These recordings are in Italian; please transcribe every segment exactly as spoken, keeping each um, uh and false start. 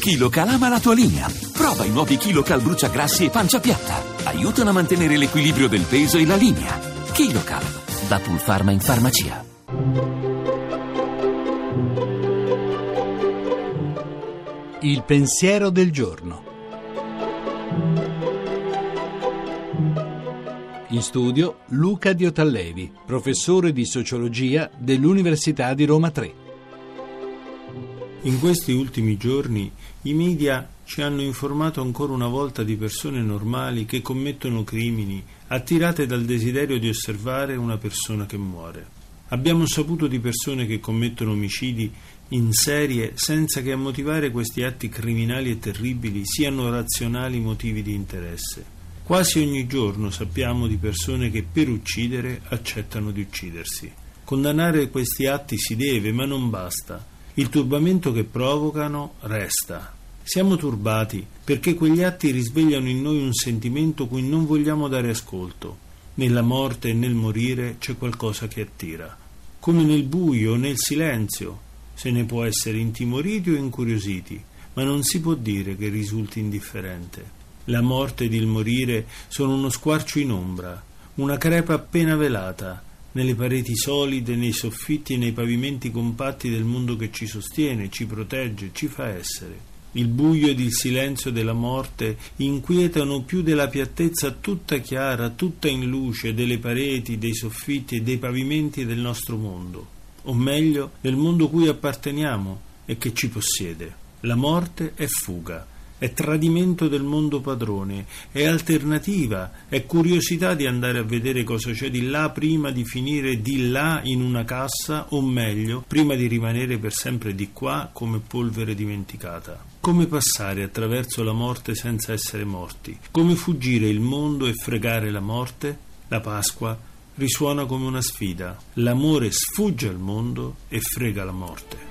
KiloCal ama la tua linea. Prova i nuovi KiloCal bruciagrassi e pancia piatta. Aiutano a mantenere l'equilibrio del peso e la linea. KiloCal, da Pulpharma in farmacia. Il pensiero del giorno. In studio Luca Diotallevi, professore di sociologia dell'Università di Roma tre. In questi ultimi giorni i media ci hanno informato ancora una volta di persone normali che commettono crimini attirate dal desiderio di osservare una persona che muore. Abbiamo saputo di persone che commettono omicidi in serie senza che a motivare questi atti criminali e terribili siano razionali motivi di interesse. Quasi ogni giorno sappiamo di persone che per uccidere accettano di uccidersi. Condannare questi atti si deve, ma non basta. Il turbamento che provocano resta. Siamo turbati perché quegli atti risvegliano in noi un sentimento cui non vogliamo dare ascolto. Nella morte e nel morire c'è qualcosa che attira. Come nel buio o nel silenzio, se ne può essere intimoriti o incuriositi, ma non si può dire che risulti indifferente. La morte ed il morire sono uno squarcio in ombra, una crepa appena velata, nelle pareti solide, nei soffitti e nei pavimenti compatti del mondo che ci sostiene, ci protegge, ci fa essere. Il buio ed il silenzio della morte inquietano più della piattezza tutta chiara, tutta in luce delle pareti, dei soffitti e dei pavimenti del nostro mondo, o meglio, del mondo cui apparteniamo e che ci possiede. La morte è fuga. È tradimento del mondo padrone, è alternativa, è curiosità di andare a vedere cosa c'è di là prima di finire di là in una cassa, o meglio, prima di rimanere per sempre di qua come polvere dimenticata. Come passare attraverso la morte senza essere morti? Come fuggire il mondo e fregare la morte? La Pasqua risuona come una sfida. L'amore sfugge al mondo e frega la morte.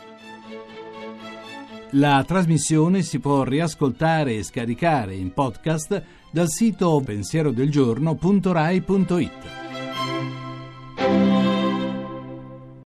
La trasmissione si può riascoltare e scaricare in podcast dal sito pensierodelgiorno punto rai punto it.